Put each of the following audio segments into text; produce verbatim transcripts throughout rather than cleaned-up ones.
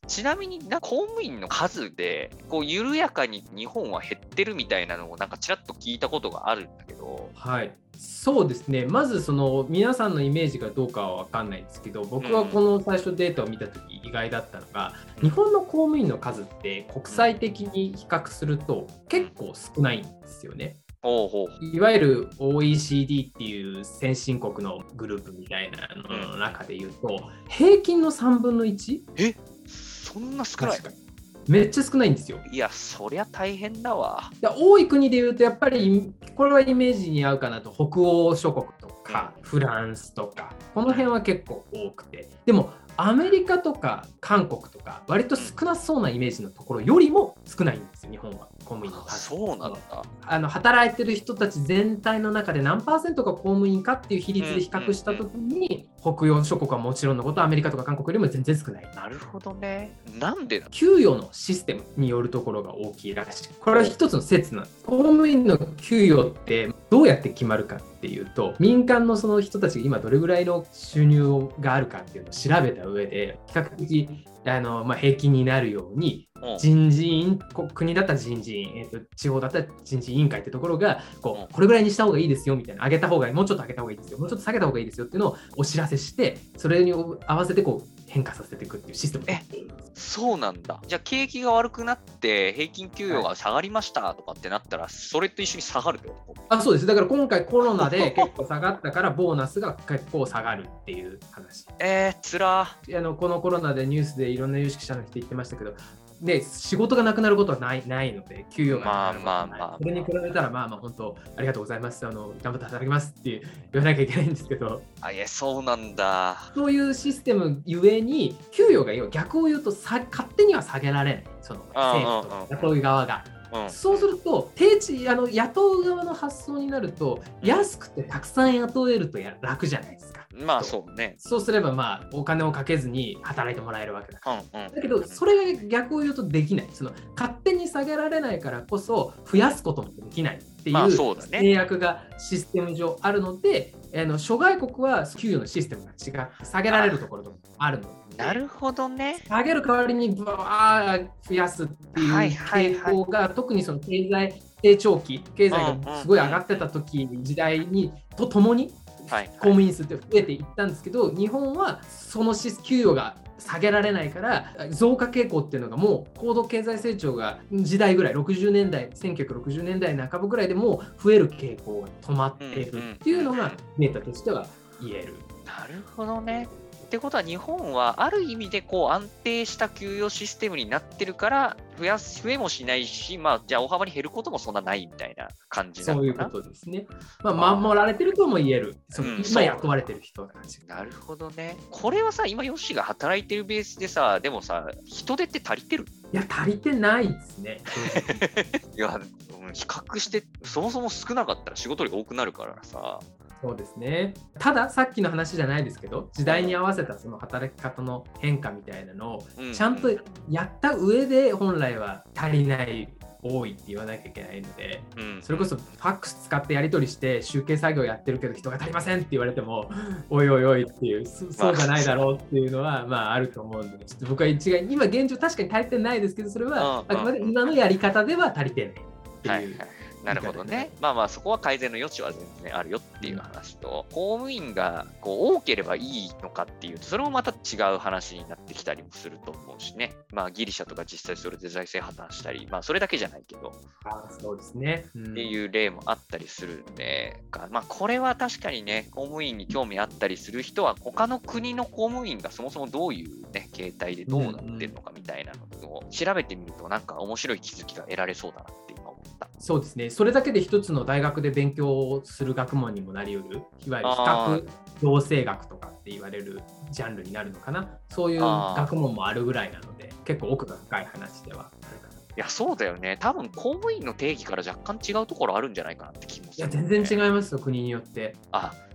ちなみにな公務員の数でこう緩やかに日本は減ってるみたいなのをなんかちらっと聞いたことがあるんだけど。 はい、そうですね。まずその皆さんのイメージがどうかは分かんないんですけど、僕はこの最初データを見た時意外だったのが、うん、日本の公務員の数って国際的に比較すると結構少ないんですよね。 ほうほう。 いわゆる オーイーシーディー っていう先進国のグループみたいなのの中でいうと、平均のさんぶんのいち？ え、そんな少ない？ めっちゃ少ないんですよ。 いや、そりゃ大変だわ。 多い国でいうとやっぱりこれはイメージに合うかなと、北欧諸国とかフランスとかこの辺は結構多くて、でもアメリカとか韓国とか割と少なそうなイメージのところよりも少ないんですよ、日本は公務員の数。 そうなんだ。 あの働いてる人たち全体の中で何パーセントが公務員かっていう比率で比較したときに、うんうん、北洋諸国はもちろんのこと、アメリカとか韓国よりも全然少ない。 なるほどね。なんで給与のシステムによるところが大きいらしい。これは一つの説なんです。公務員の給与ってどうやって決まるかっていうと、民間のその人たちが今どれぐらいの収入があるかっていうのを調べた上で、比較的あの、まあ、平均になるように人事院、国だったら人事院、えーと、地方だったら人事委員会ってところがこうこれぐらいにした方がいいですよみたいな、上げた方がいい、もうちょっと上げた方がいいですよ、もうちょっと下げた方がいいですよっていうのをお知らせして、それに合わせてこう変化させていくっていうシステム。 え、そうなんだ。じゃあ景気が悪くなって平均給与が下がりましたとかってなったら、はい、それと一緒に下がるってこと？ あ、そうです。だから今回コロナで結構下がったからボーナスが結構下がるっていう話。 えー、つらー。あのこのコロナでニュースでいろんな有識者の人言ってましたけど、で仕事がなくなることはないないので、給与がなくなることはない。まあまあまあまあ、それに比べたらまあまあ本当ありがとうございます、あの頑張って働きますって言わなきゃいけないんですけど。 あ、いや、そうなんだ。 そういうシステムゆえに給与が逆を言うとさ勝手には下げられない、その政府と雇い側が。うん、そうすると定値あの雇う側の発想になると、安くてたくさん雇えるとや楽じゃないですか。 まあそうね。 そうすればまあお金をかけずに働いてもらえるわけだから、 うんうん、 だけどそれが逆を言うとできない、その勝手に下げられないからこそ増やすこともできないっていう制約がシステム上あるので、あの諸外国は給与のシステムが違って下げられるところとあるので。 なるほどね。 下げる代わりにバー増やすっていう傾向が、はいはいはい、特にその経済成長期、経済がすごい上がってた時、うんうん、時代にとともに公務員数って増えていったんですけど、はいはい、日本はその給与が下げられないから増加傾向っていうのがもう高度経済成長が時代ぐらいろくじゅうねんだいせんきゅうひゃくろくじゅうねんだいなかばぐらいでもう増える傾向が止まっているっていうのがデータとしては言える。 なるほどね。ってことは日本はある意味でこう安定した給与システムになってるから増やす増えもしないし、まあ、じゃあ大幅に減ることもそんなないみたいな感じなのかな。 そういうことですね。まあ、守られてるとも言える。その、うん、今雇われてる人たち。 なるほどね。これはさ、今ヨッシーが働いてるベースでさ、でもさ、人手って足りてる？ いや、足りてないですね。 いや、比較してそもそも少なかったら仕事量多くなるからさ。 そうですね。たださっきの話じゃないですけど、時代に合わせたその働き方の変化みたいなのをちゃんとやった上で本来は足りない多いって言わなきゃいけないので、それこそファックス使ってやり取りして集計作業やってるけど人が足りませんって言われてもおいおいおいっていう、そうじゃないだろうっていうのはまああると思うんで、ちょっと僕は一概に今現状確かに足りてないですけど、それはあくまで今のやり方では足りてないっていう。はいはい、 なるほどね。まあまあそこは改善の余地は全然あるよっていう話と、公務員がこう多ければいいのかっていうと、それもまた違う話になってきたりもすると思うしね。まあギリシャとか実際それで財政破綻したり、まあそれだけじゃないけど、 あ、そうですね、 うん、っていう例もあったりするんで、まあこれは確かにね、公務員に興味あったりする人は他の国の公務員がそもそもどういうね形態でどうなってるのかみたいなのを調べてみると、なんか面白い気づきが得られそうだなって今思った。 そうですね。それだけで一つの大学で勉強する学問にもなり得る、いわゆる比較行政学とかって言われるジャンルになるのかな。そういう学問もあるぐらいなので、結構奥が深い話ではあるかな。 いや、そうだよね。多分公務員の定義から若干違うところあるんじゃないかなって気もする、ね。 いや、全然違いますよ、国によって。 あ、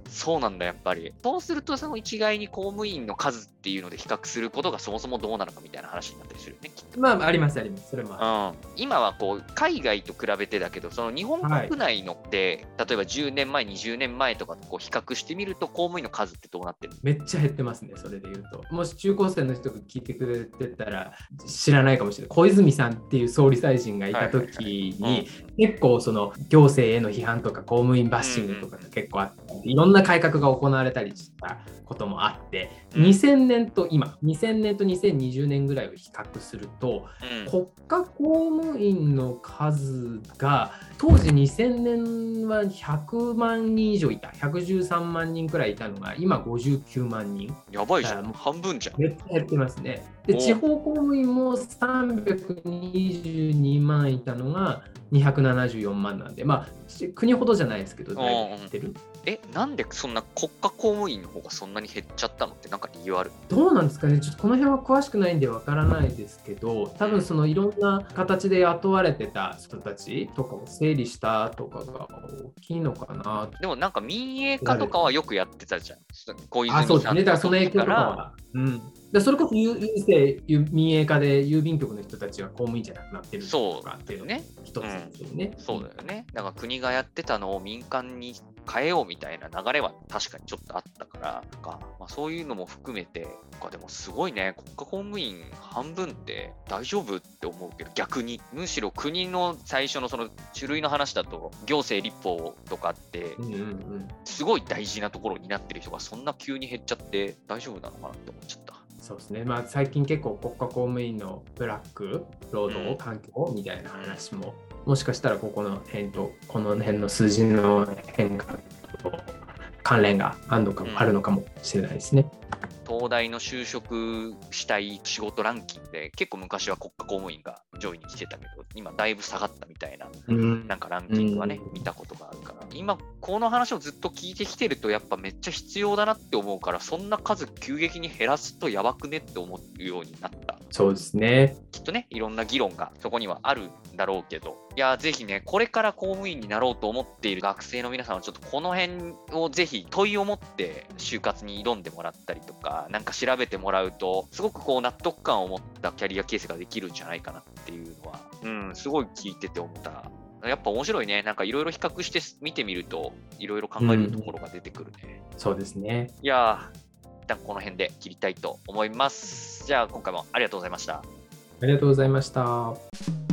そうなんだ、やっぱり。そうすると、その一概に公務員の数っていうので比較することがそもそもどうなのかみたいな話になったりするよね、きっと。 まあ、あります、あります。それもあうん、今はこう海外と比べてだけど、その日本国内のって、はい、例えばじゅうねんまえ、にじゅうねんまえとかとこう比較してみると、公務員の数ってどうなってる？ めっちゃ減ってますね、それで言うと。もし中高生の人が聞いてくれてたら知らないかもしれない。小泉さんっていう総理大臣がいた時に、結構その行政への批判とか公務員バッシングとかが結構あって、うんうん、いろんな改革が行われたりしたこともあって、うん、にせんねんと今、にせんねんとにせんにじゅうねんぐらいを比較すると、うん、国家公務員の数が当時にせんねんはひゃくまんにん以上いた、ひゃくじゅうさんまんにんくらいいたのが今ごじゅうきゅうまんにん。 やばいじゃん、もう半分じゃん。 めっちゃ減ってますね。で、地方公務員もさんびゃくにじゅうにまんいたのがにひゃくななじゅうよんまんなんで、まあ国ほどじゃないですけど、だいぶ減ってる。 え、なんでそんな国家公務員の方がそんなに減っちゃったのってなんか理由ある？ どうなんですかね、ちょっとこの辺は詳しくないんでわからないですけど、多分そのいろんな形で雇われてた人たちとかを整理したとかが大きいのかな。 でもなんか民営化とかはよくやってたじゃん。小泉さん。あ、そうですね。だからその影響とかは。うん。でそれこそ郵政民営化で郵便局の人たちが公務員じゃなくなってるとかっていうのね、一つですよね、 うん。そうだよね。だから国がやってたのを民間に変えようみたいな流れは確かにちょっとあったから、かまあ、そういうのも含めて、でもすごいね、国家公務員半分って大丈夫って思うけど、逆に、むしろ国の最初のその種類の話だと、行政立法とかって、すごい大事なところになってる人がそんな急に減っちゃって大丈夫なのかなって思っちゃった。 そうですね、まあ、最近結構国家公務員のブラック労働環境みたいな話も、うん、もしかしたらここの辺とこの辺の数字の変化と関連があるのかも、うん、あるのかもしれないですね。 東大の就職したい仕事ランキングで結構昔は国家公務員が上位に来てたけど、今だいぶ下がったみたいな、うん、なんかランキングはね、うん、見たことがあるから、今この話をずっと聞いてきてるとやっぱめっちゃ必要だなって思うから、そんな数急激に減らすとやばくねって思うようになった。 そうですね。 きっとね、いろんな議論がそこにはあるんだろうけど、いやぜひね、これから公務員になろうと思っている学生の皆さんはちょっとこの辺をぜひ問いを持って就活に挑んでもらったりとか、なんか調べてもらうとすごくこう納得感を持ったキャリア形成ができるんじゃないかなっていうのは、うん、すごい聞いてて思った。やっぱ面白いね。なんかいろいろ比較して見てみるといろいろ考えるところが出てくるね。 うん、そうですね。 いやー、一旦この辺で切りたいと思います。じゃあ今回もありがとうございました。 ありがとうございました。